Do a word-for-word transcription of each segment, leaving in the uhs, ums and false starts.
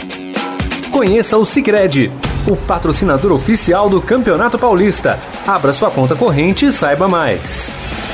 Conheça o Sicredi, o patrocinador oficial do Campeonato Paulista. Abra sua conta corrente e saiba mais.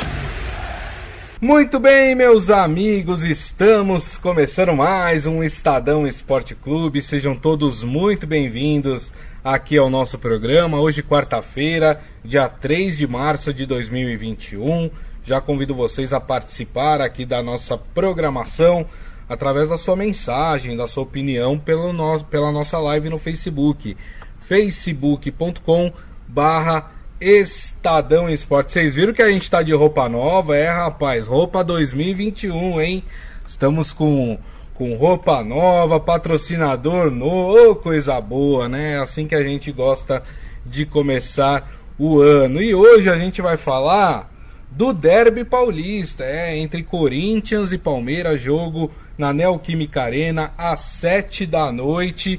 Muito bem, meus amigos, estamos começando mais um Estadão Esporte Clube. Sejam todos muito bem-vindos aqui ao nosso programa. Hoje, quarta-feira, dia três de março de dois mil e vinte e um. Já convido vocês a participar aqui da nossa programação através da sua mensagem, da sua opinião pelo no... pela nossa live no Facebook, facebook ponto com barra Estadão Esporte. Vocês viram que a gente tá de roupa nova? É, rapaz, roupa dois mil e vinte e um, hein? Estamos com, com roupa nova, patrocinador novo, oh, coisa boa, né? Assim que a gente gosta de começar o ano. E hoje a gente vai falar do Derby Paulista, é, entre Corinthians e Palmeiras, jogo na Neoquímica Arena às sete da noite.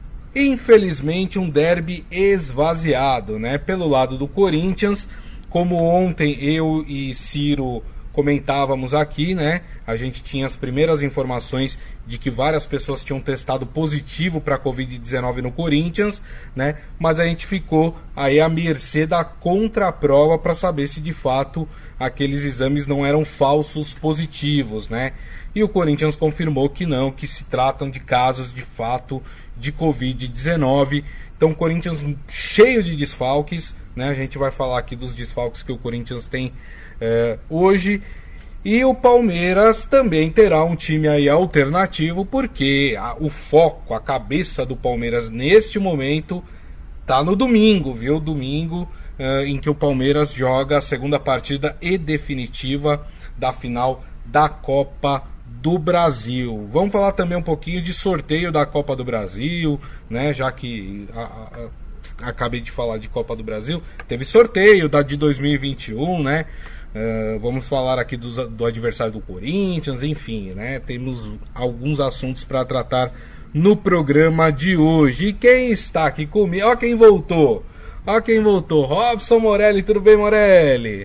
Infelizmente um derby esvaziado, né? Pelo lado do Corinthians, como ontem eu e Ciro comentávamos aqui, né? A gente tinha as primeiras informações de que várias pessoas tinham testado positivo para a covid dezenove no Corinthians, né? Mas a gente ficou aí à mercê da contraprova para saber se de fato aqueles exames não eram falsos positivos, né? E o Corinthians confirmou que não, que se tratam de casos de fato de covid dezenove. Então o Corinthians cheio de desfalques, né? A gente vai falar aqui dos desfalques que o Corinthians tem é, hoje. E o Palmeiras também terá um time aí alternativo, porque a, o foco, a cabeça do Palmeiras neste momento tá no domingo, viu? Domingo é, em que o Palmeiras joga a segunda partida e definitiva da final da Copa do Brasil. Vamos falar também um pouquinho de sorteio da Copa do Brasil, né? Já que a, a, a, acabei de falar de Copa do Brasil, teve sorteio da de dois mil e vinte e um, né? Uh, vamos falar aqui do, do adversário do Corinthians, enfim, né? Temos alguns assuntos para tratar no programa de hoje. E quem está aqui comigo? Ó quem voltou! Ó quem voltou! Robson Morelli, tudo bem, Morelli?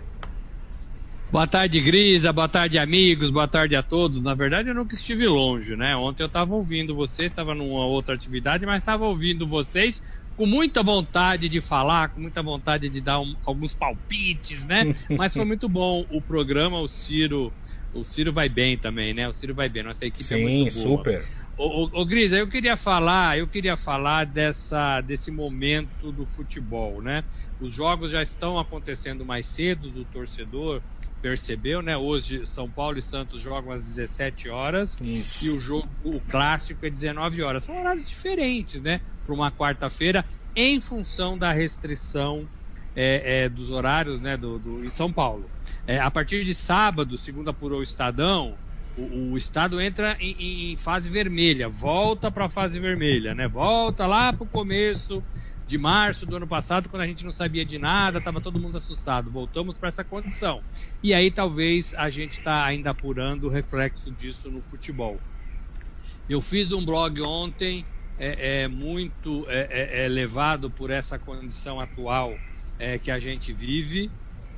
Boa tarde, Grisa, boa tarde, amigos, boa tarde a todos. Na verdade, eu nunca estive longe, né? Ontem eu estava ouvindo vocês, estava numa outra atividade, mas estava ouvindo vocês com muita vontade de falar, com muita vontade de dar um, alguns palpites, né? Mas foi muito bom o programa, o Ciro, o Ciro vai bem também, né? O Ciro vai bem, nossa equipe Sim, é muito boa. Super. Ô, ô, ô Grisa, eu queria falar, eu queria falar dessa, desse momento do futebol, né? Os jogos já estão acontecendo mais cedo, o torcedor percebeu, né? Hoje São Paulo e Santos jogam às dezessete horas. Isso. E o jogo, o clássico, é dezenove horas. São horários diferentes, né? Para uma quarta-feira, em função da restrição é, é, dos horários, né? Do, do, em São Paulo. É, a partir de sábado, segundo apurou o Estadão, o, o estado entra em, em fase vermelha, volta para a fase vermelha, né? Volta lá para o começo de março do ano passado, quando a gente não sabia de nada, estava todo mundo assustado. Voltamos para essa condição. E aí talvez a gente está ainda apurando o reflexo disso no futebol. Eu fiz um blog ontem, é, é muito é, é, é levado por essa condição atual é, que a gente vive.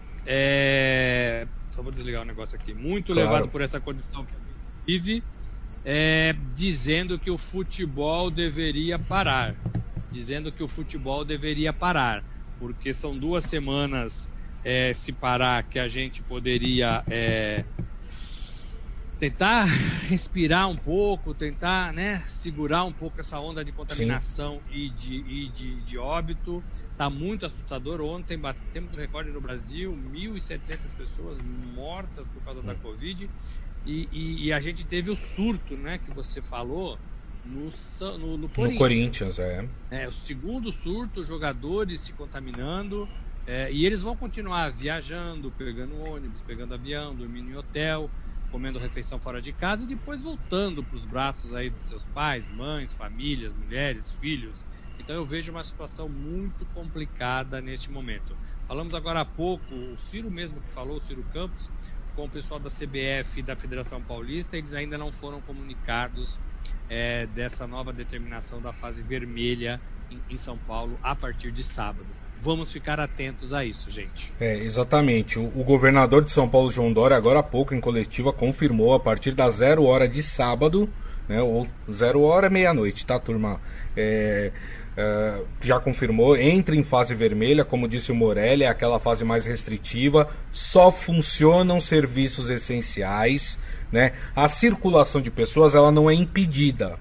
É, só vou desligar o negócio aqui. Muito claro. Levado por essa condição que a gente vive, é, dizendo que o futebol deveria parar. Dizendo que o futebol deveria parar, porque são duas semanas é, se parar que a gente poderia é, tentar respirar um pouco, tentar, né, segurar um pouco essa onda de contaminação e de, e de, de óbito. Está muito assustador. Ontem batemos o recorde no Brasil, mil e setecentas pessoas mortas por causa da Covid, e, e, e a gente teve o surto, né, que você falou, No, no, no Corinthians, no Corinthians é. é. O segundo surto, jogadores se contaminando, é, e eles vão continuar viajando, pegando ônibus, pegando avião, dormindo em hotel, comendo refeição fora de casa e depois voltando para os braços aí dos seus pais, mães, famílias, mulheres, filhos. Então eu vejo uma situação muito complicada neste momento. Falamos agora há pouco, o Ciro mesmo que falou, o Ciro Campos, com o pessoal da C B F e da Federação Paulista, eles ainda não foram comunicados É, dessa nova determinação da fase vermelha em, em São Paulo a partir de sábado. Vamos ficar atentos a isso, gente. É, exatamente. O, o governador de São Paulo, João Dória, agora há pouco em coletiva, confirmou a partir das zero hora de sábado, né? Ou zero hora, meia-noite, tá, turma? É, é, já confirmou, entra em fase vermelha, como disse o Morelli, é aquela fase mais restritiva, só funcionam serviços essenciais, né? A circulação de pessoas, ela não é impedida,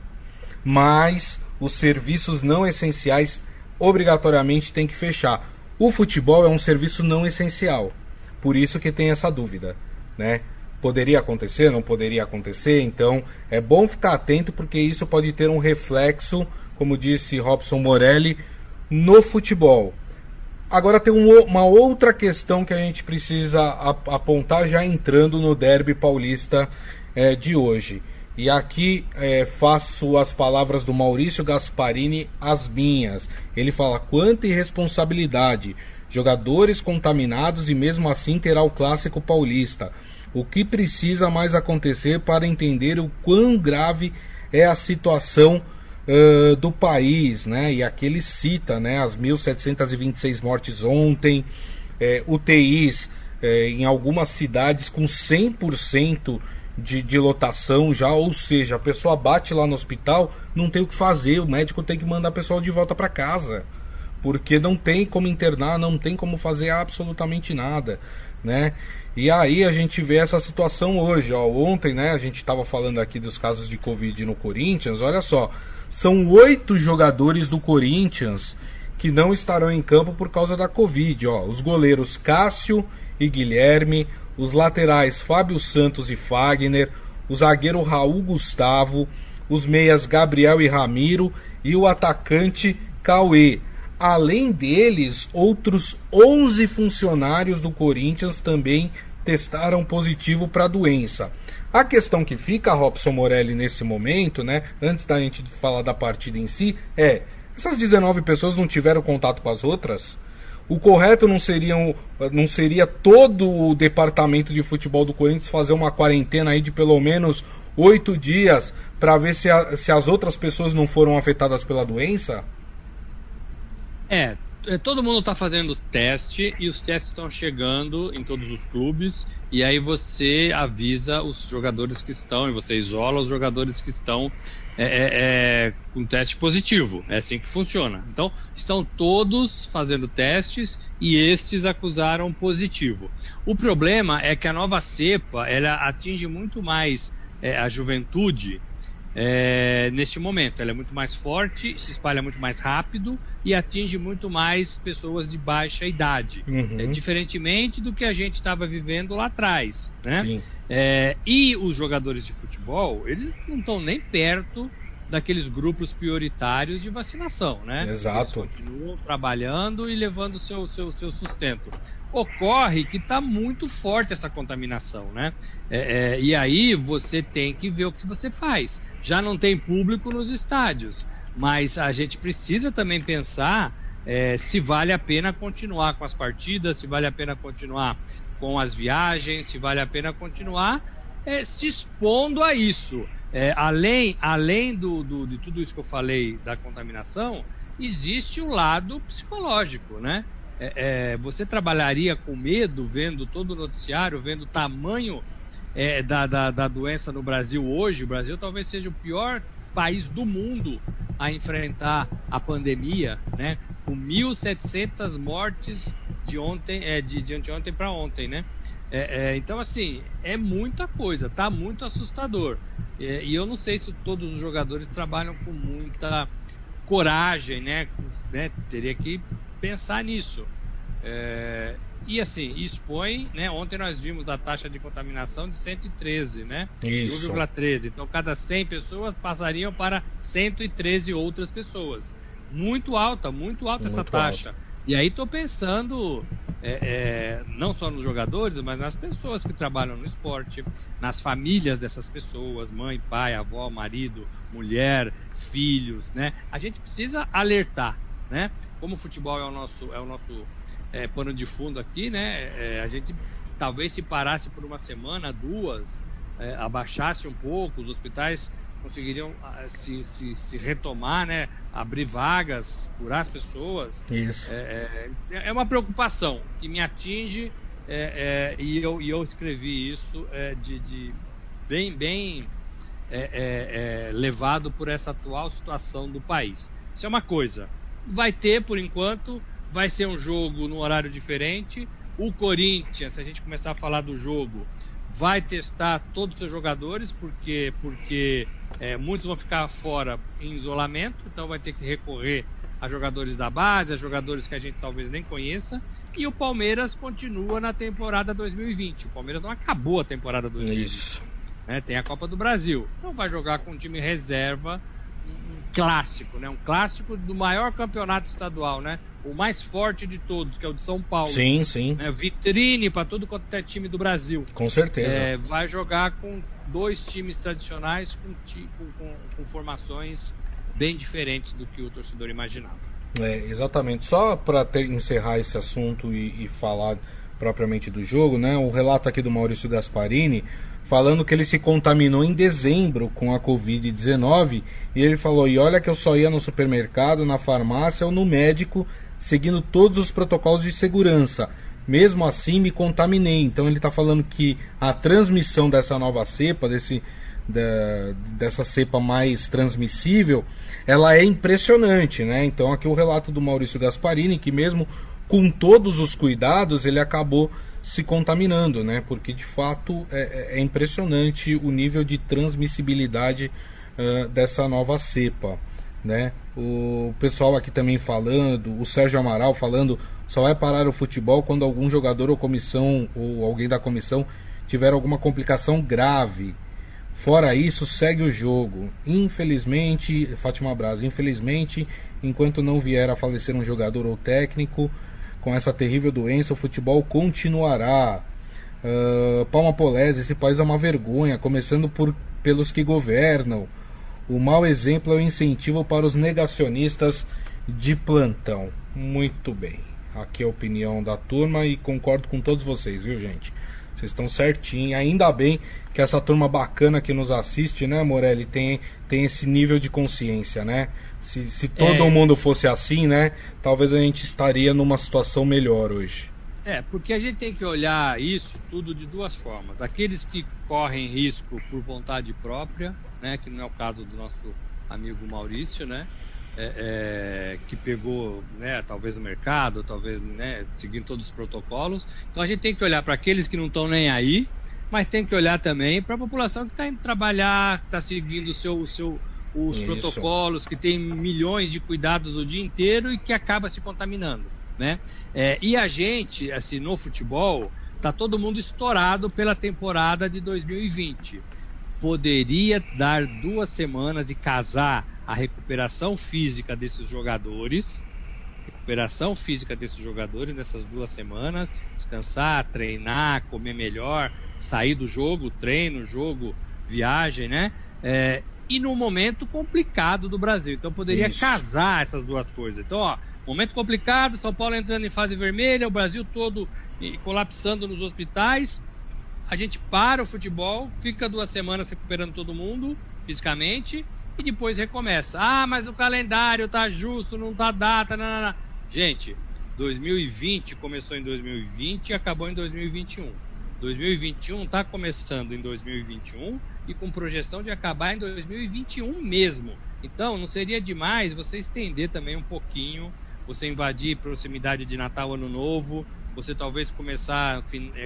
mas os serviços não essenciais obrigatoriamente tem que fechar. O futebol é um serviço não essencial, por isso que tem essa dúvida, né? Poderia acontecer, não poderia acontecer, então é bom ficar atento, porque isso pode ter um reflexo, como disse Robson Morelli, no futebol. Agora tem um, uma outra questão que a gente precisa apontar, já entrando no derby paulista é, de hoje. E aqui é, faço as palavras do Maurício Gasparini as minhas. Ele fala: quanta irresponsabilidade, jogadores contaminados e mesmo assim terá o clássico paulista. O que precisa mais acontecer para entender o quão grave é a situação uh, do país, né? E aqui ele cita, né, as mil setecentas e vinte e seis mortes ontem, é, U T Is é, em algumas cidades com cem por cento de, de lotação já, ou seja, a pessoa bate lá no hospital, não tem o que fazer, o médico tem que mandar a pessoa de volta para casa, porque não tem como internar, não tem como fazer absolutamente nada, né? E aí a gente vê essa situação hoje, ó. Ontem, né, a gente estava falando aqui dos casos de Covid no Corinthians. Olha só, são oito jogadores do Corinthians que não estarão em campo por causa da Covid, ó. Os goleiros Cássio e Guilherme, os laterais Fábio Santos e Fagner, o zagueiro Raul Gustavo, os meias Gabriel e Ramiro e o atacante Cauê. Além deles, outros onze funcionários do Corinthians também testaram positivo para a doença. A questão que fica, Robson Morelli, nesse momento, né, antes da gente falar da partida em si, é: essas dezenove pessoas não tiveram contato com as outras? O correto não seria, não seria todo o departamento de futebol do Corinthians fazer uma quarentena aí de pelo menos oito dias para ver se, a, se as outras pessoas não foram afetadas pela doença? É, todo mundo está fazendo teste e os testes estão chegando em todos os clubes, e aí você avisa os jogadores que estão, e você isola os jogadores que estão é, é, é, com teste positivo. É assim que funciona. Então, estão todos fazendo testes e estes acusaram positivo. O problema é que a nova cepa, ela atinge muito mais é, a juventude. É, neste momento, ela é muito mais forte, se espalha muito mais rápido e atinge muito mais pessoas de baixa idade, uhum. é, diferentemente do que a gente estava vivendo lá atrás, né? Sim. É, e os jogadores de futebol, eles não estão nem perto daqueles grupos prioritários de vacinação, né? Exato. Eles continuam trabalhando e levando seu, seu, seu sustento. Ocorre que está muito forte essa contaminação, né? É, é, e aí você tem que ver o que você faz. Já não tem público nos estádios, mas a gente precisa também pensar é, se vale a pena continuar com as partidas, se vale a pena continuar com as viagens, se vale a pena continuar é, se expondo a isso. É, além além do, do, de tudo isso que eu falei da contaminação, existe o lado psicológico, né? É, é, você trabalharia com medo vendo todo o noticiário, vendo o tamanho é, da, da, da doença no Brasil hoje? O Brasil talvez seja o pior país do mundo a enfrentar a pandemia, né? Com mil e setecentas mortes de ontem, é, de, de anteontem para ontem, né? É, é, então, assim, é muita coisa, tá muito assustador. É, e eu não sei se todos os jogadores trabalham com muita coragem, né? né? Teria que pensar nisso. É, e assim, expõe, né? Ontem nós vimos a taxa de contaminação de cento e treze, né? Isso. um vírgula treze. Então, cada cem pessoas passariam para cento e treze outras pessoas. Muito alta, muito alta muito essa taxa. Alta. E aí estou pensando é, é, não só nos jogadores, mas nas pessoas que trabalham no esporte, nas famílias dessas pessoas, mãe, pai, avó, marido, mulher, filhos, né? A gente precisa alertar, né? Como o futebol é o nosso, é o nosso é, pano de fundo aqui, né? É, a gente talvez se parasse por uma semana, duas, é, abaixasse um pouco, os hospitais conseguiriam se, se, se retomar, né? Abrir vagas, curar as pessoas. Isso. É, é, é uma preocupação que me atinge é, é, e, eu, e eu escrevi isso é, de, de bem, bem é, é, é, levado por essa atual situação do país. Isso é uma coisa. Vai ter, por enquanto, vai ser um jogo no horário diferente. O Corinthians, se a gente começar a falar do jogo, vai testar todos os seus jogadores, porque, porque é, muitos vão ficar fora em isolamento, então vai ter que recorrer a jogadores da base, a jogadores que a gente talvez nem conheça. E o Palmeiras continua na temporada dois mil e vinte. O Palmeiras não acabou a temporada dois mil e vinte. Isso. Né? Tem a Copa do Brasil. Então vai jogar com um time reserva, um clássico, né? Um clássico do maior campeonato estadual, né? O mais forte de todos, que é o de São Paulo. Sim, sim. Né? Vitrine para todo quanto é time do Brasil. Com certeza. É, vai jogar com dois times tradicionais com, com, com, com formações bem diferentes do que o torcedor imaginava. É, exatamente. Só para encerrar esse assunto e, e falar propriamente do jogo, né? O relato aqui do Maurício Gasparini falando que ele se contaminou em dezembro com a covid dezenove e ele falou, e olha que eu só ia no supermercado, na farmácia ou no médico seguindo todos os protocolos de segurança. Mesmo assim me contaminei. Então ele está falando que a transmissão dessa nova cepa, desse, da, dessa cepa mais transmissível, ela é impressionante, né? Então aqui o relato do Maurício Gasparini, que mesmo com todos os cuidados, ele acabou se contaminando, né? Porque de fato é, é impressionante o nível de transmissibilidade uh, dessa nova cepa, né? O pessoal aqui também falando, o Sérgio Amaral falando, só vai parar o futebol quando algum jogador ou comissão ou alguém da comissão tiver alguma complicação grave. Fora isso, segue o jogo. Infelizmente, Fátima Braz, infelizmente, enquanto não vier a falecer um jogador ou técnico com essa terrível doença, o futebol continuará. Uh, Palma Polese, esse país é uma vergonha, começando por, pelos que governam. O mau exemplo é o incentivo para os negacionistas de plantão. Muito bem. Aqui é a opinião da turma e concordo com todos vocês, viu, gente? Vocês estão certinho. Ainda bem que essa turma bacana que nos assiste, né, Morelli, tem, tem esse nível de consciência, né? Se, se todo é... mundo fosse assim, né, talvez a gente estaria numa situação melhor hoje. É, porque a gente tem que olhar isso tudo de duas formas. Aqueles que correm risco por vontade própria, né, que não é o caso do nosso amigo Maurício, né, é, é, que pegou, né, talvez no mercado, talvez, né, seguindo todos os protocolos. Então a gente tem que olhar para aqueles que não estão nem aí, mas tem que olhar também para a população que está indo trabalhar, está seguindo o seu, o seu, os Isso. protocolos, que tem milhões de cuidados o dia inteiro e que acaba se contaminando, né? É, e a gente, assim, no futebol, tá todo mundo estourado pela temporada de dois mil e vinte. Poderia dar duas semanas e casar a recuperação física desses jogadores, recuperação física desses jogadores nessas duas semanas, descansar, treinar, comer melhor, sair do jogo, treino, jogo, viagem, né? É, e num momento complicado do Brasil. Então poderia Isso. casar essas duas coisas. Então, ó, momento complicado, São Paulo entrando em fase vermelha, o Brasil todo colapsando nos hospitais. A gente para o futebol, fica duas semanas recuperando todo mundo fisicamente e depois recomeça. Ah, mas o calendário tá justo, não tá data, não, não, não. Gente, dois mil e vinte começou em dois mil e vinte e acabou em dois mil e vinte e um. dois mil e vinte e um tá começando em dois mil e vinte e um e com projeção de acabar em dois mil e vinte e um mesmo. Então, não seria demais você estender também um pouquinho, você invadir proximidade de Natal, Ano Novo, você talvez começar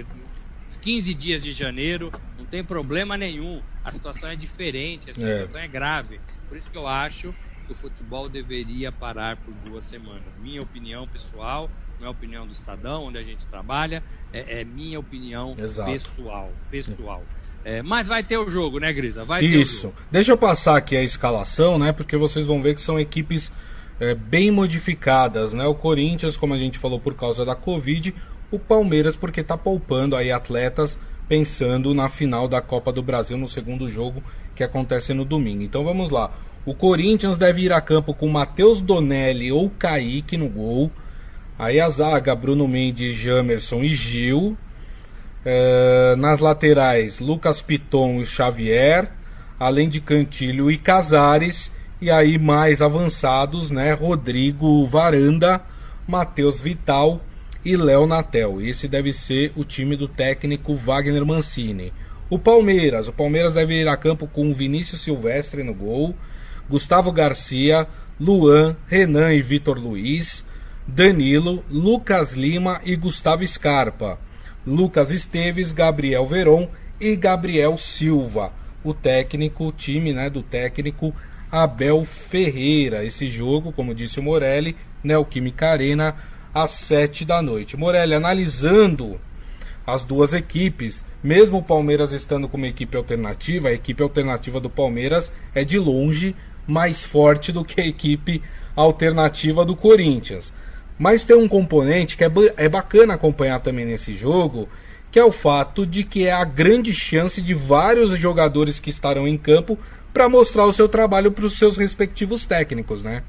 quinze dias de janeiro, não tem problema nenhum, a situação é diferente, a situação é, é grave. Por isso que eu acho que o futebol deveria parar por duas semanas. Minha opinião pessoal, não é a opinião do Estadão, onde a gente trabalha, é, é minha opinião Exato. pessoal. pessoal. É, mas vai ter o jogo, né, Grisa? Vai ter Isso. O jogo. Deixa eu passar aqui a escalação, né? Porque vocês vão ver que são equipes é, bem modificadas, né? O Corinthians, como a gente falou, por causa da Covid, o Palmeiras porque está poupando aí atletas pensando na final da Copa do Brasil no segundo jogo que acontece no domingo. Então vamos lá. O Corinthians deve ir a campo com Matheus Donelli ou Kaique no gol. Aí a zaga, Bruno Mendes, Jamerson e Gil. É, nas laterais, Lucas Piton e Xavier. Além de Cantilho e Casares. E aí mais avançados, né? Rodrigo Varanda, Matheus Vital e Léo Natel. Esse deve ser o time do técnico Wagner Mancini. O Palmeiras, o Palmeiras deve ir a campo com Vinícius Silvestre no gol, Gustavo Garcia, Luan, Renan e Vitor Luiz, Danilo, Lucas Lima e Gustavo Scarpa, Lucas Esteves, Gabriel Veron e Gabriel Silva. O técnico, o time, né, do técnico Abel Ferreira. Esse jogo, como disse o Morelli, Neoquímica Arena, às sete da noite. Morelli, analisando as duas equipes, mesmo o Palmeiras estando como equipe alternativa, a equipe alternativa do Palmeiras é de longe mais forte do que a equipe alternativa do Corinthians. Mas tem um componente que é, é bacana acompanhar também nesse jogo, que é o fato de que é a grande chance de vários jogadores que estarão em campo para mostrar o seu trabalho para os seus respectivos técnicos, né?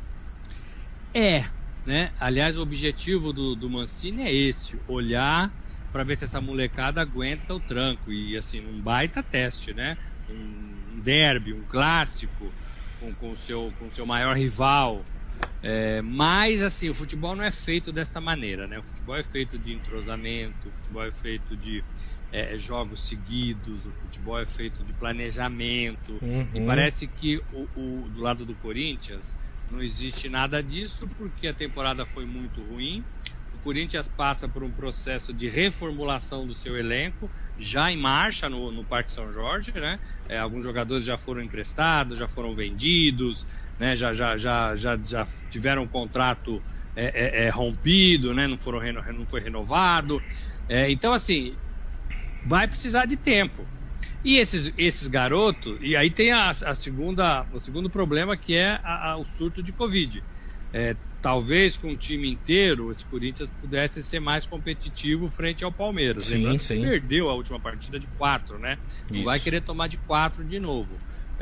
É, né? Aliás, o objetivo do, do Mancini é esse, olhar para ver se essa molecada aguenta o tranco. E assim, um baita teste, né? Um, um derby, um clássico com, com, o seu, com o seu maior rival. É, mas assim, o futebol não é feito desta maneira, né? O futebol é feito de entrosamento, o futebol é feito de é, jogos seguidos, o futebol é feito de planejamento. Uhum. E parece que o, o, do lado do Corinthians não existe nada disso, porque a temporada foi muito ruim. O Corinthians passa por um processo de reformulação do seu elenco, já em marcha no, no Parque São Jorge, né? É, alguns jogadores já foram emprestados, já foram vendidos, né? já, já, já, já, já tiveram um contrato é, é, é, rompido, né? não, foram reno, não foi renovado. É, então, assim, vai precisar de tempo. E esses, esses garotos, e aí tem a, a segunda, o segundo problema, que é a, a, o surto de Covid. É, talvez com o time inteiro esse Corinthians pudesse ser mais competitivo frente ao Palmeiras. Sim, Lembrando sim. que perdeu a última partida de quatro, né? Não Isso. vai querer tomar de quatro de novo.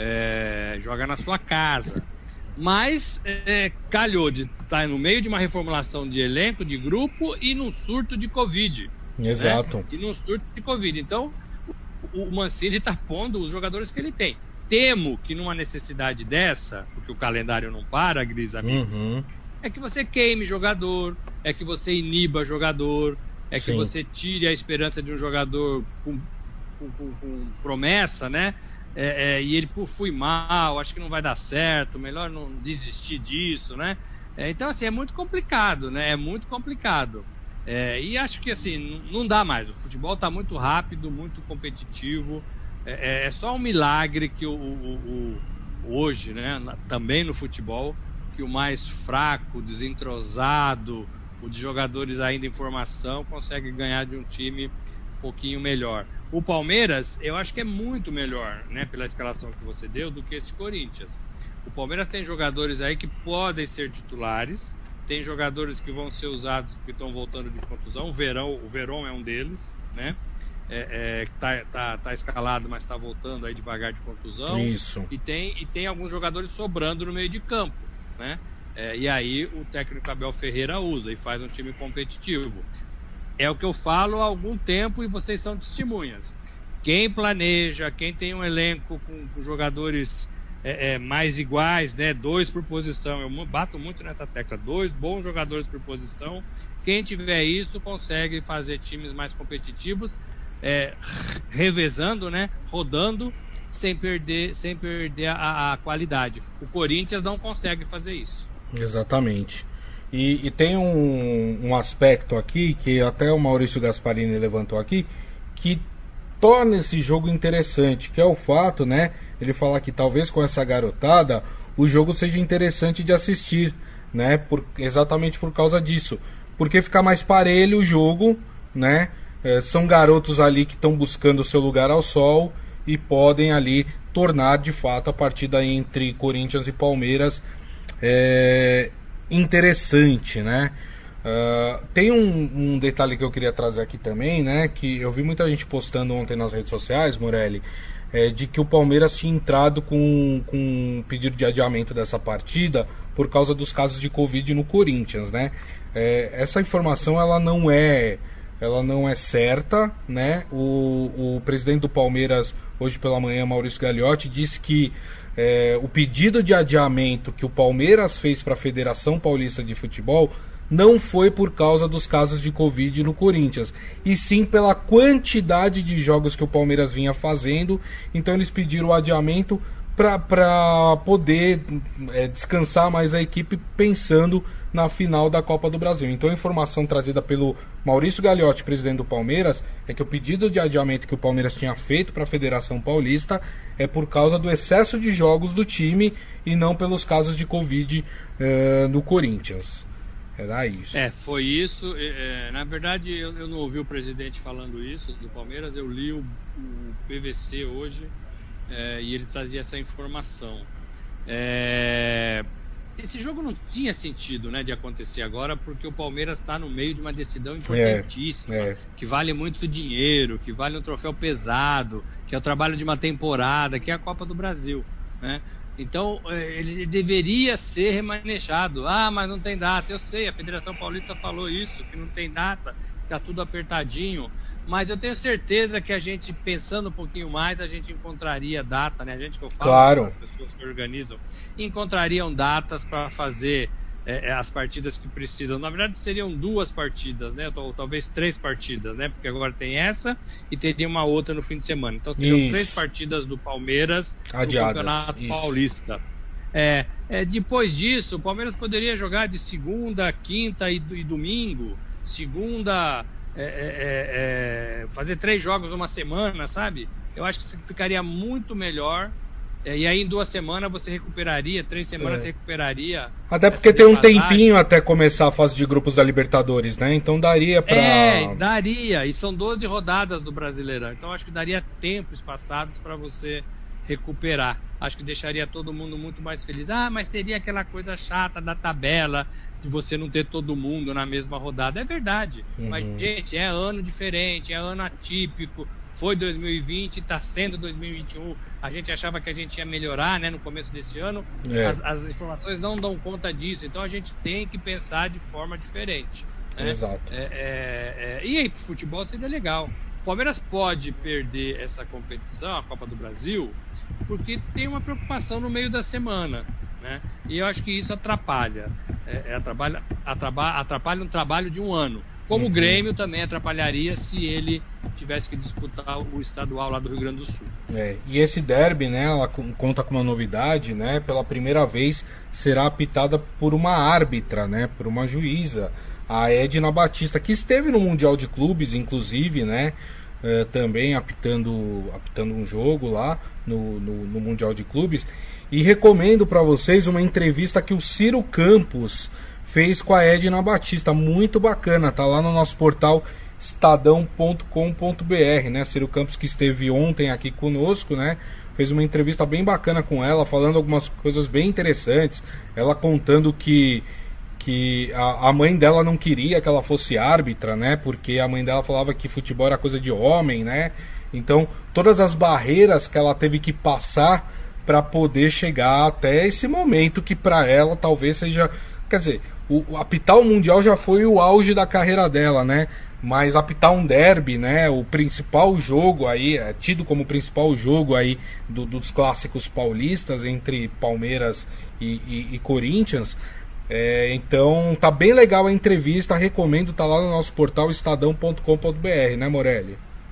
É, joga na sua casa. Mas é, calhou de estar no meio de uma reformulação de elenco, de grupo e num surto de Covid. Exato. Né? E num surto de Covid. Então, o, o Mancini está pondo os jogadores que ele tem. Temo que numa necessidade dessa, porque o calendário não para, Gris, amigos, uhum. é que você queime jogador, é que você iniba jogador, é Sim. que você tire a esperança de um jogador com, com, com, com promessa, né? É, é, e ele, pô, fui mal, acho que não vai dar certo, melhor não desistir disso, né? É, então, assim, é muito complicado, né? É muito complicado. É, e acho que, assim, não, não dá mais. O futebol está muito rápido, muito competitivo. É, é só um milagre que o, o, o, hoje, né, também no futebol, que o mais fraco, desentrosado, o de jogadores ainda em formação, consegue ganhar de um time um pouquinho melhor. O Palmeiras, eu acho que é muito melhor, né, pela escalação que você deu, do que esse Corinthians. O Palmeiras tem jogadores aí que podem ser titulares, tem jogadores que vão ser usados que estão voltando de contusão. O Verão, o Verón é um deles, né? É, é, tá, tá, tá escalado, mas tá voltando aí devagar de contusão. Isso. E tem, e tem alguns jogadores sobrando no meio de campo, né? É, e aí o técnico Abel Ferreira usa e faz um time competitivo. É o que eu falo há algum tempo e vocês são testemunhas. Quem planeja, quem tem um elenco com, com jogadores é, é, mais iguais, né? Dois por posição, eu bato muito nessa tecla, dois bons jogadores por posição. Quem tiver isso consegue fazer times mais competitivos. É, revezando, né, rodando, sem perder, sem perder a, a qualidade. O Corinthians não consegue fazer isso. Exatamente. E, e tem um, um aspecto aqui que até o Maurício Gasparini levantou aqui, que torna esse jogo interessante, que é o fato, né, ele falar que talvez com essa garotada o jogo seja interessante de assistir, né, por, exatamente por causa disso, porque fica mais parelho o jogo, né. É, são garotos ali que estão buscando o seu lugar ao sol e podem ali tornar de fato a partida entre Corinthians e Palmeiras é, interessante, né? Uh, tem um, um detalhe que eu queria trazer aqui também, né? Que eu vi muita gente postando ontem nas redes sociais, Morelli, é, de que o Palmeiras tinha entrado com, com um pedido de adiamento dessa partida por causa dos casos de Covid no Corinthians, né? É, essa informação ela não é ela não é certa, né? O, o presidente do Palmeiras, hoje pela manhã, Maurício Gagliotti, disse que é, o pedido de adiamento que o Palmeiras fez para a Federação Paulista de Futebol não foi por causa dos casos de Covid no Corinthians, e sim pela quantidade de jogos que o Palmeiras vinha fazendo. Então eles pediram o adiamento para poder é, descansar mais a equipe, pensando na final da Copa do Brasil. Então a informação trazida pelo Maurício Gagliotti, presidente do Palmeiras, é que o pedido de adiamento que o Palmeiras tinha feito para a Federação Paulista é por causa do excesso de jogos do time e não pelos casos de Covid uh, no Corinthians. Era isso. É, foi isso. É, na verdade, eu, eu não ouvi o presidente falando isso do Palmeiras, eu li o, o P V C hoje, é, e ele trazia essa informação. É... Esse jogo não tinha sentido, né, de acontecer agora, porque o Palmeiras está no meio de uma decisão importantíssima, é, é. que vale muito dinheiro, que vale um troféu pesado, que é o trabalho de uma temporada, que é a Copa do Brasil, né? Então, ele deveria ser remanejado. Ah, mas não tem data. Eu sei, a Federação Paulista falou isso, que não tem data, está tudo apertadinho. Mas eu tenho certeza que a gente, pensando um pouquinho mais, a gente encontraria data, né? A gente que eu falo, claro. As pessoas que organizam, encontrariam datas para fazer é, as partidas que precisam. Na verdade, seriam duas partidas, né? Ou talvez três partidas, né? Porque agora tem essa e teria uma outra no fim de semana. Então, seriam isso. três partidas do Palmeiras Adiadas. no Campeonato isso. Paulista. É, é, depois disso, o Palmeiras poderia jogar de segunda, quinta e, e domingo. Segunda... É, é, é, fazer três jogos numa semana, sabe? Eu acho que ficaria muito melhor. É, e aí em duas semanas você recuperaria, três semanas é. você recuperaria. Até porque tem um tempinho até começar a fase de grupos da Libertadores, né? Então daria pra... É, daria. E são doze rodadas do Brasileirão. Então acho que daria tempos passados para você recuperar. Acho que deixaria todo mundo muito mais feliz. Ah, mas teria aquela coisa chata da tabela, de você não ter todo mundo na mesma rodada. É verdade. Uhum. Mas, gente, é ano diferente, é ano atípico. Foi dois mil e vinte, está sendo dois mil e vinte e um. A gente achava que a gente ia melhorar, né, no começo desse ano. É. As, as informações não dão conta disso. Então a gente tem que pensar de forma diferente. Né? Exato. É, é, é... E aí, pro futebol seria legal. O Palmeiras pode perder essa competição, a Copa do Brasil, porque tem uma preocupação no meio da semana, né? E eu acho que isso atrapalha, é, é, atrapalha, atrapalha, atrapalha um trabalho de um ano. Como uhum. o Grêmio também atrapalharia se ele tivesse que disputar o estadual lá do Rio Grande do Sul. É, e esse derby, né, ela conta com uma novidade, né? Pela primeira vez será apitada por uma árbitra, né? Por uma juíza, a Edna Batista, que esteve no Mundial de Clubes, inclusive, né? É, também apitando, apitando um jogo lá no, no, no Mundial de Clubes. E recomendo para vocês uma entrevista que o Ciro Campos fez com a Edna Batista, muito bacana, tá lá no nosso portal estadão ponto com ponto br, né? Ciro Campos, que esteve ontem aqui conosco, né? Fez uma entrevista bem bacana com ela, falando algumas coisas bem interessantes. Ela contando que que a, a mãe dela não queria que ela fosse árbitra, né? Porque a mãe dela falava que futebol era coisa de homem, né? Então, todas as barreiras que ela teve que passar para poder chegar até esse momento que para ela talvez seja... Quer dizer, o, o apitar o Mundial já foi o auge da carreira dela, né? Mas apitar um derby, né? O principal jogo aí, é tido como principal jogo aí do, dos clássicos paulistas entre Palmeiras e, e, e Corinthians... É, então tá bem legal a entrevista, recomendo, tá lá no nosso portal estadão ponto com ponto br, né, Morelli?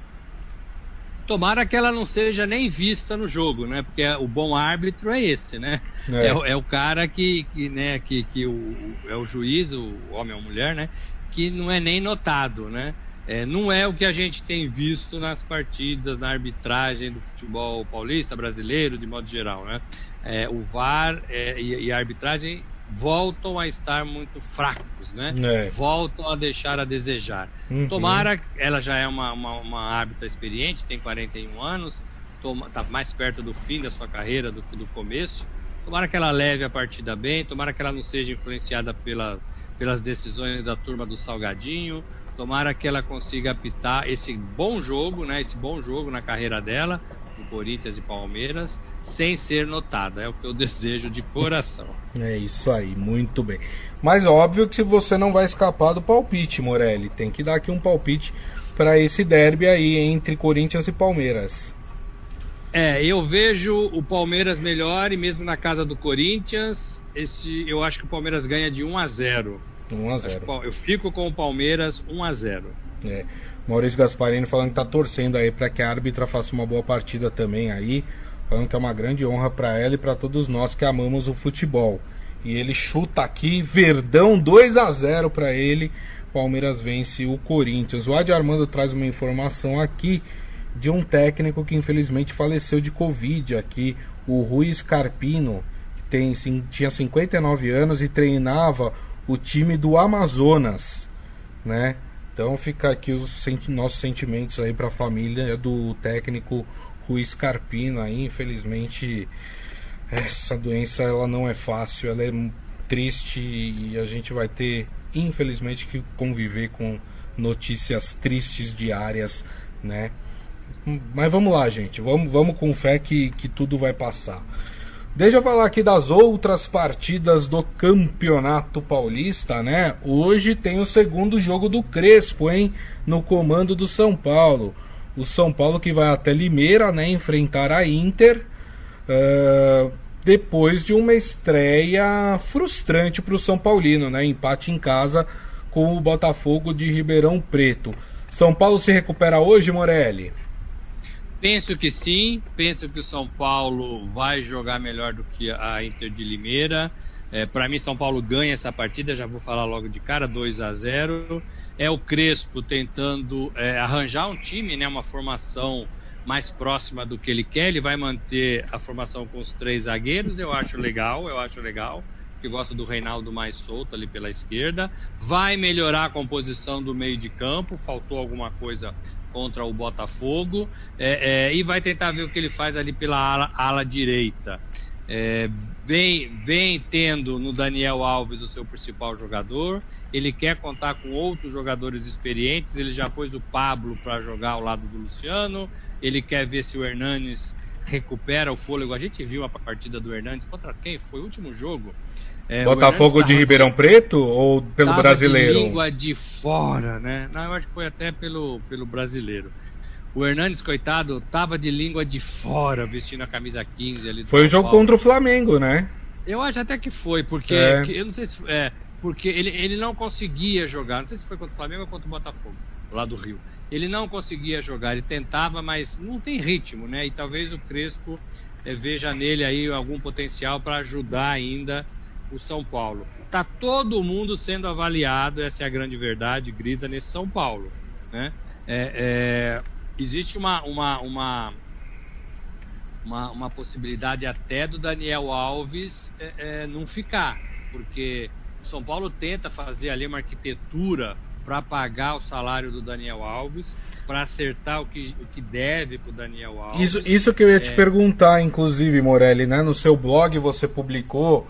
Tomara que ela não seja nem vista no jogo, né? Porque o bom árbitro é esse, né? É, é, é o cara que, que, né, que, que o, é o juiz, o homem ou mulher, né? Que não é nem notado, né? É, não é o que a gente tem visto nas partidas, na arbitragem do futebol paulista, brasileiro, de modo geral, né? É, o V A R é, e, e a arbitragem voltam a estar muito fracos, né? É. Voltam a deixar a desejar. Uhum. Tomara, ela já é uma, uma, uma árbitra experiente, tem quarenta e um anos, está mais perto do fim da sua carreira do que do começo. Tomara que ela leve a partida bem, tomara que ela não seja influenciada pela, pelas decisões da turma do Salgadinho, tomara que ela consiga apitar esse bom jogo, né? Esse bom jogo na carreira dela, do Corinthians e Palmeiras, sem ser notada. É o que eu desejo de coração. É isso aí, muito bem. Mas óbvio que você não vai escapar do palpite, Morelli. Tem que dar aqui um palpite para esse derby aí entre Corinthians e Palmeiras. É, eu vejo o Palmeiras melhor, e mesmo na casa do Corinthians, esse, eu acho que o Palmeiras ganha de um a zero. um a zero. Eu fico com o Palmeiras um a zero. É. Maurício Gasparini falando que tá torcendo aí para que a árbitra faça uma boa partida também aí, falando que é uma grande honra para ela e para todos nós que amamos o futebol. E ele chuta aqui, Verdão dois a zero para ele. Palmeiras vence o Corinthians. O Adi Armando traz uma informação aqui de um técnico que infelizmente faleceu de Covid aqui, o Rui Scarpino, que tem, sim, tinha cinquenta e nove anos e treinava o time do Amazonas, né? Então fica aqui os senti- nossos sentimentos aí para a família do técnico Rui Scarpino aí. Infelizmente essa doença ela não é fácil, ela é triste e a gente vai ter infelizmente que conviver com notícias tristes diárias, né? Mas vamos lá, gente, vamos, vamos com fé que, que tudo vai passar. Deixa eu falar aqui das outras partidas do Campeonato Paulista, né? Hoje tem o segundo jogo do Crespo, hein? No comando do São Paulo. O São Paulo que vai até Limeira, né? Enfrentar a Inter. Uh, depois de uma estreia frustrante para o São Paulino, né? Empate em casa com o Botafogo de Ribeirão Preto. São Paulo se recupera hoje, Morelli? Penso que sim, penso que o São Paulo vai jogar melhor do que a Inter de Limeira. É, para mim, São Paulo ganha essa partida, já vou falar logo de cara, dois a zero. É o Crespo tentando é, arranjar um time, né, uma formação mais próxima do que ele quer. Ele vai manter a formação com os três zagueiros, eu acho legal, eu acho legal. Que gosto do Reinaldo mais solto ali pela esquerda. Vai melhorar a composição do meio de campo, faltou alguma coisa contra o Botafogo, é, é, e vai tentar ver o que ele faz ali pela ala, ala direita. É, vem, vem tendo no Daniel Alves o seu principal jogador, ele quer contar com outros jogadores experientes, ele já pôs o Pablo para jogar ao lado do Luciano, ele quer ver se o Hernanes recupera o fôlego. A gente viu a partida do Hernanes contra quem? Foi o último jogo. É, Botafogo de Ribeirão Preto ou pelo tava Brasileiro? De língua de fora, né? Não, eu acho que foi até pelo, pelo Brasileiro. O Hernanes, coitado, tava de língua de fora, vestindo a camisa quinze ali do Foi o São jogo Paulo. contra o Flamengo, né? Eu acho até que foi, porque É. que, eu não sei se é, porque ele, ele não conseguia jogar, não sei se foi contra o Flamengo ou contra o Botafogo, lá do Rio. Ele não conseguia jogar, ele tentava, mas não tem ritmo, né? E talvez o Crespo é, veja nele aí algum potencial para ajudar ainda o São Paulo. Tá todo mundo sendo avaliado, essa é a grande verdade, grita nesse São Paulo, né? É, é, existe uma, uma, uma, uma, uma possibilidade até do Daniel Alves é, é, não ficar, porque o São Paulo tenta fazer ali uma arquitetura para pagar o salário do Daniel Alves, para acertar o que, o que deve para o Daniel Alves. Isso, isso que eu ia te é... perguntar, inclusive, Morelli, né? No seu blog você publicou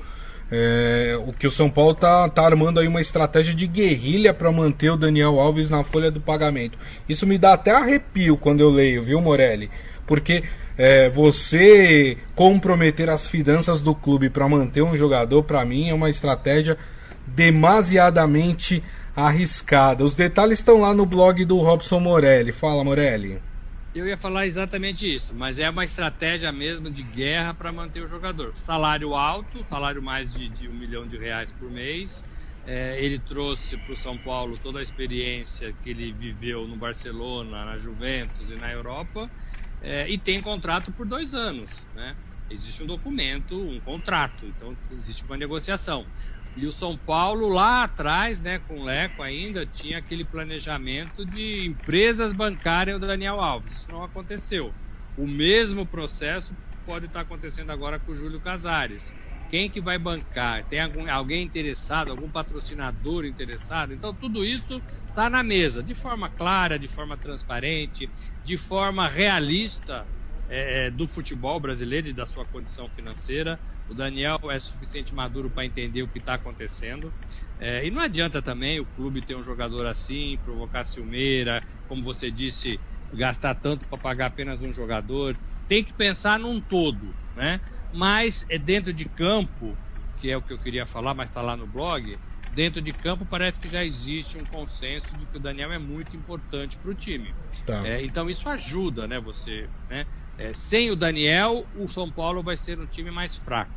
é, o que o São Paulo tá, tá armando aí uma estratégia de guerrilha para manter o Daniel Alves na folha do pagamento. Isso me dá até arrepio quando eu leio, viu, Morelli? Porque é, você comprometer as finanças do clube para manter um jogador, para mim, é uma estratégia demasiadamente arriscada. Os detalhes estão lá no blog do Robson Morelli. Fala, Morelli. Eu ia falar exatamente isso, mas é uma estratégia mesmo de guerra para manter o jogador. Salário alto, salário mais de, de um milhão de reais por mês. É, ele trouxe para o São Paulo toda a experiência que ele viveu no Barcelona, na Juventus e na Europa. É, e tem contrato por dois anos, né? Existe um documento, um contrato, então existe uma negociação. E o São Paulo lá atrás, né, com o Leco ainda, tinha aquele planejamento de empresas bancarem o Daniel Alves. Isso não aconteceu. O mesmo processo pode estar acontecendo agora com o Júlio Casares. Quem que vai bancar? Tem algum, alguém interessado, algum patrocinador interessado? Então tudo isso está na mesa, de forma clara, de forma transparente, de forma realista é, do futebol brasileiro e da sua condição financeira. O Daniel é suficiente maduro para entender o que está acontecendo. É, e não adianta também o clube ter um jogador assim, provocar ciumeira, como você disse, gastar tanto para pagar apenas um jogador. Tem que pensar num todo, né? Mas é dentro de campo, que é o que eu queria falar, mas está lá no blog, dentro de campo parece que já existe um consenso de que o Daniel é muito importante para o time. Tá. É, então isso ajuda, né, você, né? É, sem o Daniel, o São Paulo vai ser um time mais fraco.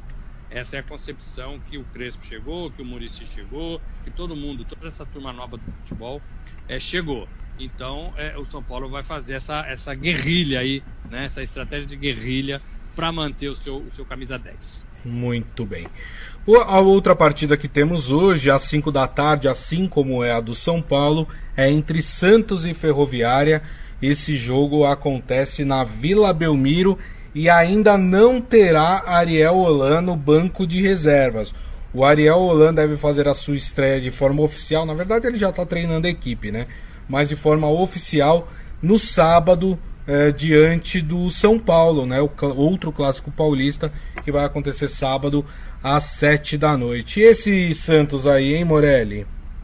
Essa é a concepção que o Crespo chegou, que o Muricy chegou, que todo mundo, toda essa turma nova do futebol é, chegou. Então é, o São Paulo vai fazer essa, essa guerrilha aí, né, essa estratégia de guerrilha para manter o seu, o seu camisa dez. Muito bem. A outra partida que temos hoje, às cinco da tarde, assim como é a do São Paulo, é entre Santos e Ferroviária. Esse jogo acontece na Vila Belmiro e ainda não terá Ariel Holan no banco de reservas. O Ariel Holan deve fazer a sua estreia de forma oficial. Na verdade, ele já está treinando a equipe, né? Mas de forma oficial no sábado, é, diante do São Paulo, né? O cl- outro clássico paulista que vai acontecer sábado às sete da noite. E esse Santos aí, hein, Morelli?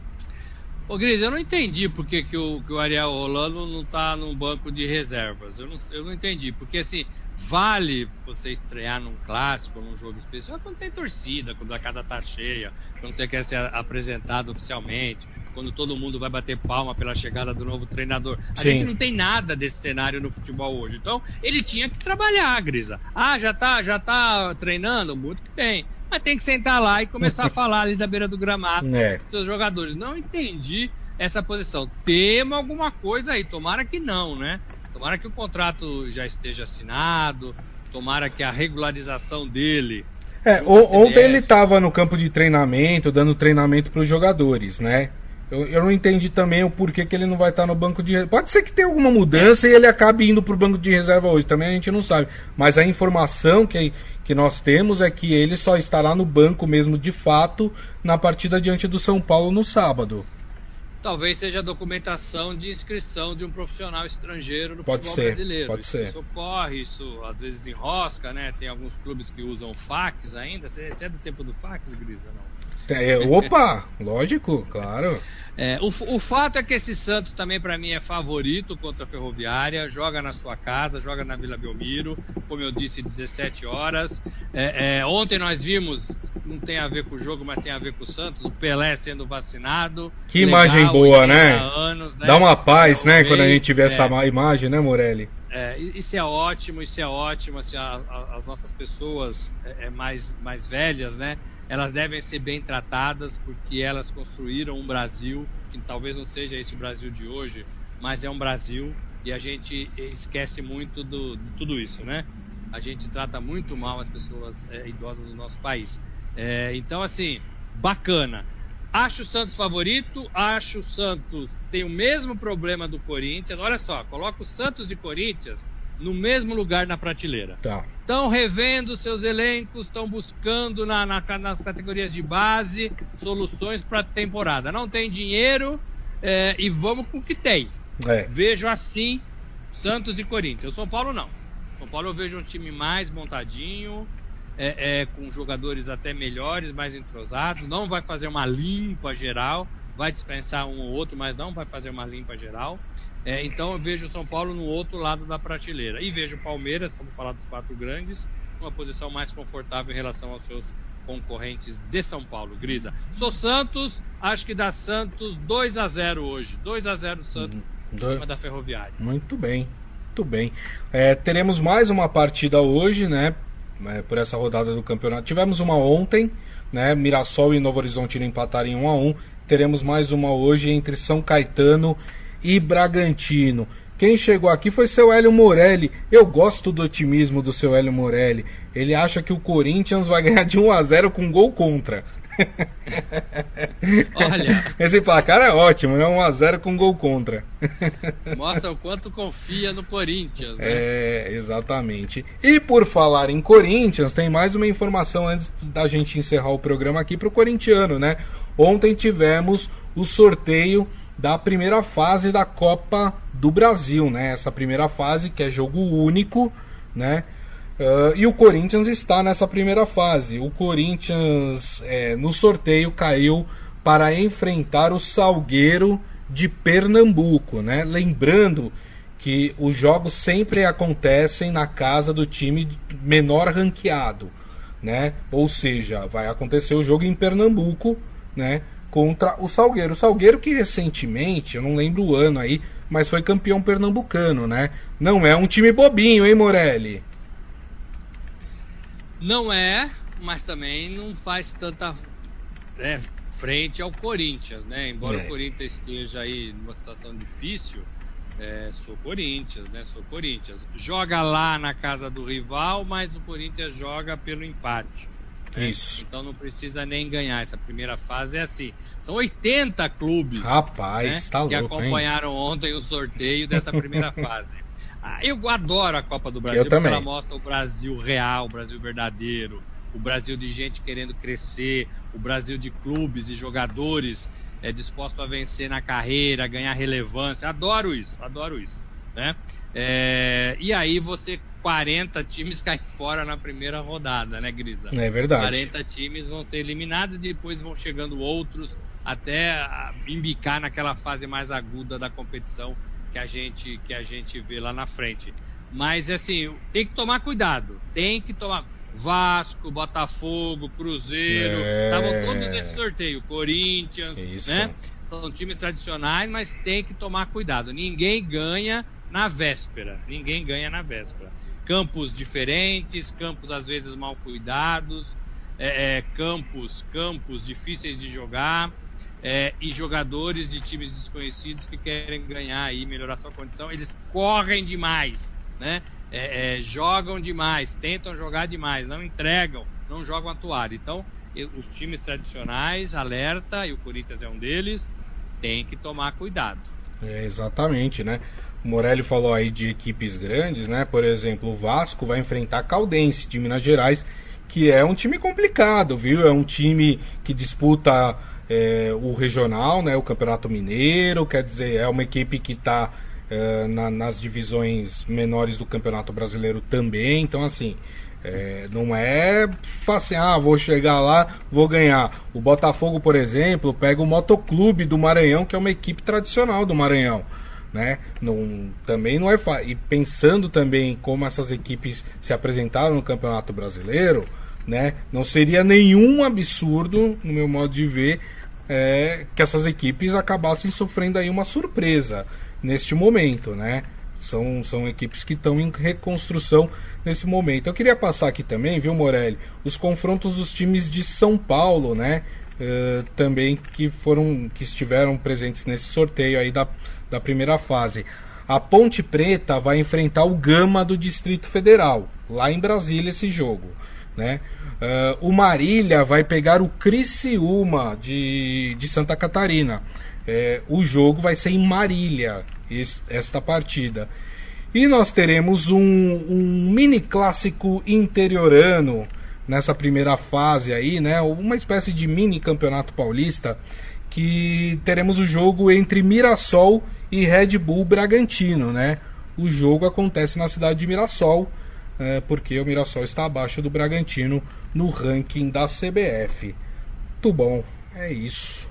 Ô Gris, eu não entendi por que, que, o, que o Ariel Holan não está no banco de reservas. Eu não, eu não entendi, porque assim, vale você estrear num clássico, num jogo especial, quando tem torcida, quando a casa tá cheia, quando você quer ser apresentado oficialmente, quando todo mundo vai bater palma pela chegada do novo treinador. A Sim. gente não tem nada desse cenário no futebol hoje. Então, ele tinha que trabalhar, Grisa. Ah, já tá, já tá treinando? Muito que bem. Mas tem que sentar lá e começar a falar ali da beira do gramado É. dos seus jogadores. Não entendi essa posição. Tema alguma coisa aí. Tomara que não, né? Tomara que o contrato já esteja assinado. Tomara que a regularização dele... É, o, ontem ele estava no campo de treinamento, dando treinamento para os jogadores, né? Eu, eu não entendi também o porquê que ele não vai estar no banco de reserva. Pode ser que tenha alguma mudança e ele acabe indo para o banco de reserva hoje. Também a gente não sabe. Mas a informação que, que nós temos é que ele só estará no banco mesmo de fato na partida diante do São Paulo no sábado. Talvez seja a documentação de inscrição de um profissional estrangeiro no pode futebol ser, brasileiro. Pode isso, ser. Isso ocorre, isso às vezes enrosca, né? Tem alguns clubes que usam fax ainda. Você, você é do tempo do fax, Grisa? Não? É, opa, lógico, claro. É, o, o fato é que esse Santos também para mim é favorito contra a Ferroviária, joga na sua casa, joga na Vila Belmiro, como eu disse, dezessete horas. É, é, ontem nós vimos, não tem a ver com o jogo, mas tem a ver com o Santos, o Pelé sendo vacinado. Que legal, imagem boa, né? Anos, né? Dá uma paz, é, né, meio, quando a gente vê é, essa imagem, né, Morelli? É, isso é ótimo, isso é ótimo. Assim, a, a, as nossas pessoas é, é mais, mais velhas, né? Elas devem ser bem tratadas porque elas construíram um Brasil que talvez não seja esse Brasil de hoje, mas é um Brasil e a gente esquece muito do, de tudo isso, né? A gente trata muito mal as pessoas é, idosas do nosso país. É, então, assim, bacana. Acho o Santos favorito, acho o Santos tem o mesmo problema do Corinthians. Olha só, coloca o Santos e Corinthians no mesmo lugar na prateleira. Tá. Estão revendo seus elencos, estão buscando na, na, nas categorias de base soluções para a temporada. Não tem dinheiro é, e vamos com o que tem. É. Vejo assim Santos e Corinthians. O São Paulo não. São Paulo eu vejo um time mais montadinho, é, é, com jogadores até melhores, mais entrosados. Não vai fazer uma limpa geral, vai dispensar um ou outro, mas não vai fazer uma limpa geral. É, então eu vejo o São Paulo no outro lado da prateleira. E vejo o Palmeiras, vamos falar dos quatro grandes, numa posição mais confortável em relação aos seus concorrentes de São Paulo. Grisa. Sou Santos, acho que dá Santos dois a zero hoje. dois a zero Santos em Do... cima da Ferroviária. Muito bem, muito bem. É, teremos mais uma partida hoje, né? É, por essa rodada do campeonato. Tivemos uma ontem, né? Mirassol e Novo Horizontino empataram em um a um. Teremos mais uma hoje entre São Caetano e Bragantino. Quem chegou aqui foi seu Hélio Morelli. Eu gosto do otimismo do seu Hélio Morelli. Ele acha que o Corinthians vai ganhar de um a zero com gol contra. Olha, esse placar é ótimo, né? um a zero com gol contra. Mostra o quanto confia no Corinthians, né? É, exatamente. E por falar em Corinthians, tem mais uma informação antes da gente encerrar o programa aqui pro corintiano, né? Ontem tivemos o sorteio da primeira fase da Copa do Brasil, né? Essa primeira fase que é jogo único, né? Uh, e o Corinthians está nessa primeira fase. O Corinthians é, no sorteio caiu para enfrentar o Salgueiro de Pernambuco, né? Lembrando que os jogos sempre acontecem na casa do time menor ranqueado, né? Ou seja, vai acontecer o jogo em Pernambuco, né? Contra o Salgueiro. O Salgueiro que recentemente, eu não lembro o ano aí, mas foi campeão pernambucano, né? Não é um time bobinho, hein, Morelli? Não é, mas também não faz tanta é, frente ao Corinthians, né? Embora é. o Corinthians esteja aí numa situação difícil, é, sou Corinthians, né? Sou Corinthians. Joga lá na casa do rival, mas o Corinthians joga pelo empate. Né? Isso. Então não precisa nem ganhar. Essa primeira fase é assim. São oitenta clubes, rapaz, né, tá louco, que acompanharam hein? ontem o sorteio dessa primeira fase. Ah, eu adoro a Copa do Brasil, eu porque também. ela mostra o Brasil real, o Brasil verdadeiro, o Brasil de gente querendo crescer, o Brasil de clubes e jogadores é, dispostos a vencer na carreira, ganhar relevância. Adoro isso, adoro isso, né? É, e aí você, quarenta times caem fora na primeira rodada, né, Grisa? É verdade. quarenta times vão ser eliminados e depois vão chegando outros até embicar naquela fase mais aguda da competição que a gente, que a gente vê lá na frente. Mas assim, tem que tomar cuidado, tem que tomar. Vasco, Botafogo, Cruzeiro, estavam é... todos nesse sorteio, Corinthians, Isso. né? São times tradicionais, mas tem que tomar cuidado. Ninguém ganha na véspera, ninguém ganha na véspera. Campos diferentes, campos às vezes mal cuidados, é, é, campos, campos difíceis de jogar. É, e jogadores de times desconhecidos que querem ganhar e melhorar sua condição, eles correm demais, né? É, é, jogam demais, tentam jogar demais, não entregam, não jogam a toalha. Então, eu, os times tradicionais, alerta, e o Corinthians é um deles, tem que tomar cuidado. É, exatamente, né? O Morelli falou aí de equipes grandes, né? Por exemplo, o Vasco vai enfrentar a Caldense de Minas Gerais, que é um time complicado, viu? É um time que disputa é, o regional, né? O Campeonato Mineiro, quer dizer, é uma equipe que está é, na, nas divisões menores do Campeonato Brasileiro também. Então, assim, é, não é assim, ah, vou chegar lá, vou ganhar. O Botafogo, por exemplo, pega o Motoclube do Maranhão, que é uma equipe tradicional do Maranhão, né? Não, também não é fácil. E pensando também como essas equipes se apresentaram no Campeonato Brasileiro, né? Não seria nenhum absurdo, no meu modo de ver, é, que essas equipes acabassem sofrendo aí uma surpresa neste momento, né? São, são equipes que estão em reconstrução nesse momento. Eu queria passar aqui também, viu, Morelli, os confrontos dos times de São Paulo, né? Uh, também que foram, que estiveram presentes nesse sorteio aí da, da primeira fase. A Ponte Preta vai enfrentar o Gama do Distrito Federal, lá em Brasília, esse jogo, né? Uh, o Marília vai pegar o Criciúma de, de Santa Catarina. É, o jogo vai ser em Marília, esse, esta partida. E nós teremos um, um mini clássico interiorano nessa primeira fase aí, né? Uma espécie de mini campeonato paulista, que teremos o jogo entre Mirassol e Red Bull Bragantino, né? O jogo acontece na cidade de Mirassol, é, porque o Mirassol está abaixo do Bragantino no ranking da C B F. Muito bom, é isso.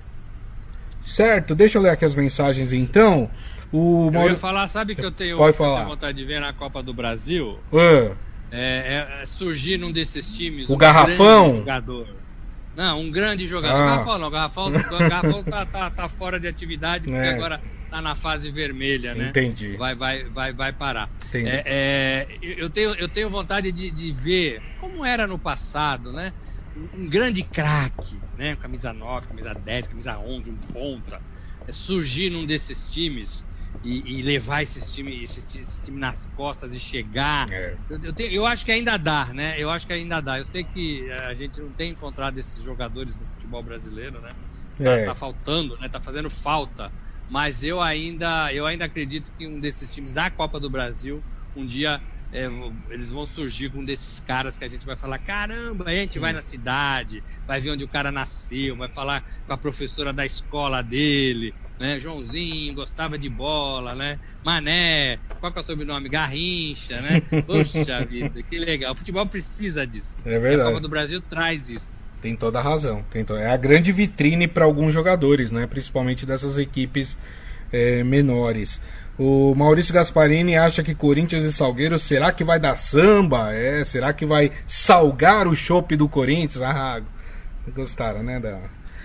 Certo, deixa eu ler aqui as mensagens então. O eu Mauro... ia falar, sabe que eu tenho, Pode eu falar. tenho vontade de ver na Copa do Brasil? Uh. É, é surgir num desses times. O um Garrafão? Jogador. Não, um grande jogador. Ah. Garrafão não, Garrafão, Garrafão tá, tá, tá fora de atividade porque é. agora tá na fase vermelha, né? Entendi. Vai, vai, vai, vai parar. Entendi. É, é, eu, tenho, eu tenho vontade de, de ver como era no passado, né? Um grande craque, né? Camisa nove, camisa dez, camisa onze, um ponta. É, surgir num desses times e, e levar esses times esse, esse time nas costas e chegar. É. Eu, eu, tenho, eu acho que ainda dá, né? Eu acho que ainda dá. Eu sei que a gente não tem encontrado esses jogadores no futebol brasileiro, né? Tá, é. tá faltando, né? Tá fazendo falta. Mas eu ainda, eu ainda acredito que um desses times da Copa do Brasil, um dia é, eles vão surgir com um desses caras que a gente vai falar, caramba, aí a gente vai na cidade, vai ver onde o cara nasceu, vai falar com a professora da escola dele, né? Joãozinho, gostava de bola, né? Mané, qual que é o sobrenome? Garrincha, né? Poxa vida, que legal. O futebol precisa disso. É verdade. A Copa do Brasil traz isso. Tem toda a razão. Tem to... É a grande vitrine para alguns jogadores, né? Principalmente dessas equipes é, menores. O Maurício Gasparini acha que Corinthians e Salgueiro, será que vai dar samba? É, será que vai salgar o chopp do Corinthians? Ah, gostaram, né? Da...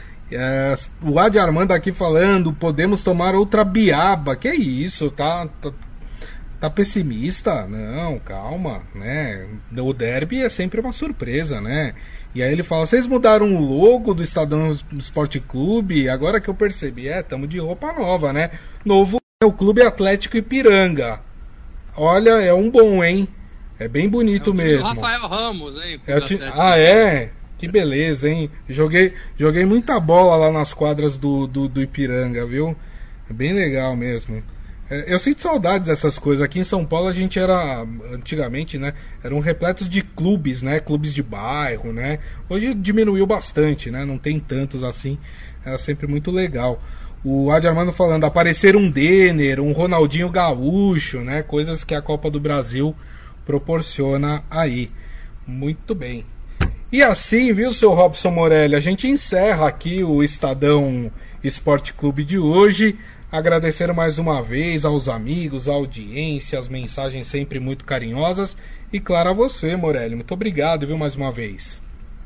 É, o Adi Armando aqui falando, podemos tomar outra biaba. Que isso? Tá, tá, tá pessimista? Não, calma, né? O derby é sempre uma surpresa, né? E aí ele fala, vocês mudaram o logo do Estadão Esporte Clube? Agora que eu percebi, é, tamo de roupa nova, né? Novo é o Clube Atlético Ipiranga. Olha, é um bom, hein? É bem bonito é o mesmo. Rafael Ramos, hein? É ti... Ah, é? Que beleza, hein? Joguei, joguei muita bola lá nas quadras do, do, do Ipiranga, viu? É bem legal mesmo. É, eu sinto saudades dessas coisas. Aqui em São Paulo a gente era, antigamente, né? Eram repletos de clubes, né? Clubes de bairro, né? Hoje diminuiu bastante, né? Não tem tantos assim. Era sempre muito legal. O Adi Armando falando, aparecer um Denner, um Ronaldinho Gaúcho, né? Coisas que a Copa do Brasil proporciona aí. Muito bem. E assim, viu, seu Robson Morelli, a gente encerra aqui o Estadão Esporte Clube de hoje. Agradecer mais uma vez aos amigos, à audiência, as mensagens sempre muito carinhosas. E claro, a você, Morelli. Muito obrigado, viu, mais uma vez.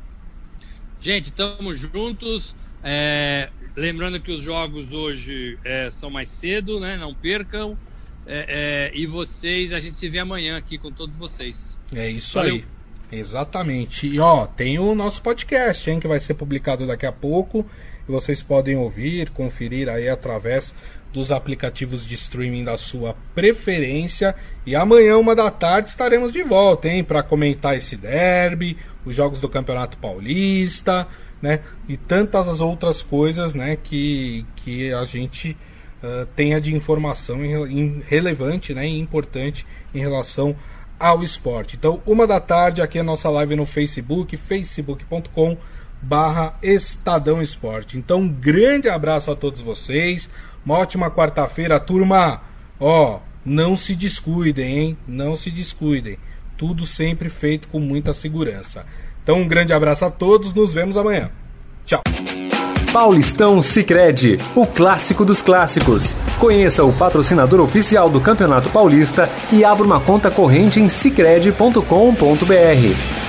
Gente, estamos juntos. É, lembrando que os jogos hoje é, são mais cedo, né? Não percam. É, é, e vocês, a gente se vê amanhã aqui com todos vocês. É isso Valeu. aí. Exatamente. E ó, tem o nosso podcast, hein, que vai ser publicado daqui a pouco. E vocês podem ouvir, conferir aí através dos aplicativos de streaming da sua preferência. E amanhã, uma da tarde, estaremos de volta, hein, para comentar esse derby, os jogos do Campeonato Paulista, né, e tantas as outras coisas, né, que, que a gente uh, tenha de informação em, em relevante, né, e importante em relação ao esporte. Então, uma da tarde, aqui a nossa live no Facebook, facebook ponto com barra Estadão Esporte. Então, um grande abraço a todos vocês, uma ótima quarta-feira, turma. Ó, não se descuidem, hein? Não se descuidem. Tudo sempre feito com muita segurança. Então, um grande abraço a todos, nos vemos amanhã. Tchau. Paulistão Sicredi, o clássico dos clássicos. Conheça o patrocinador oficial do Campeonato Paulista e abra uma conta corrente em sicredi ponto com ponto br.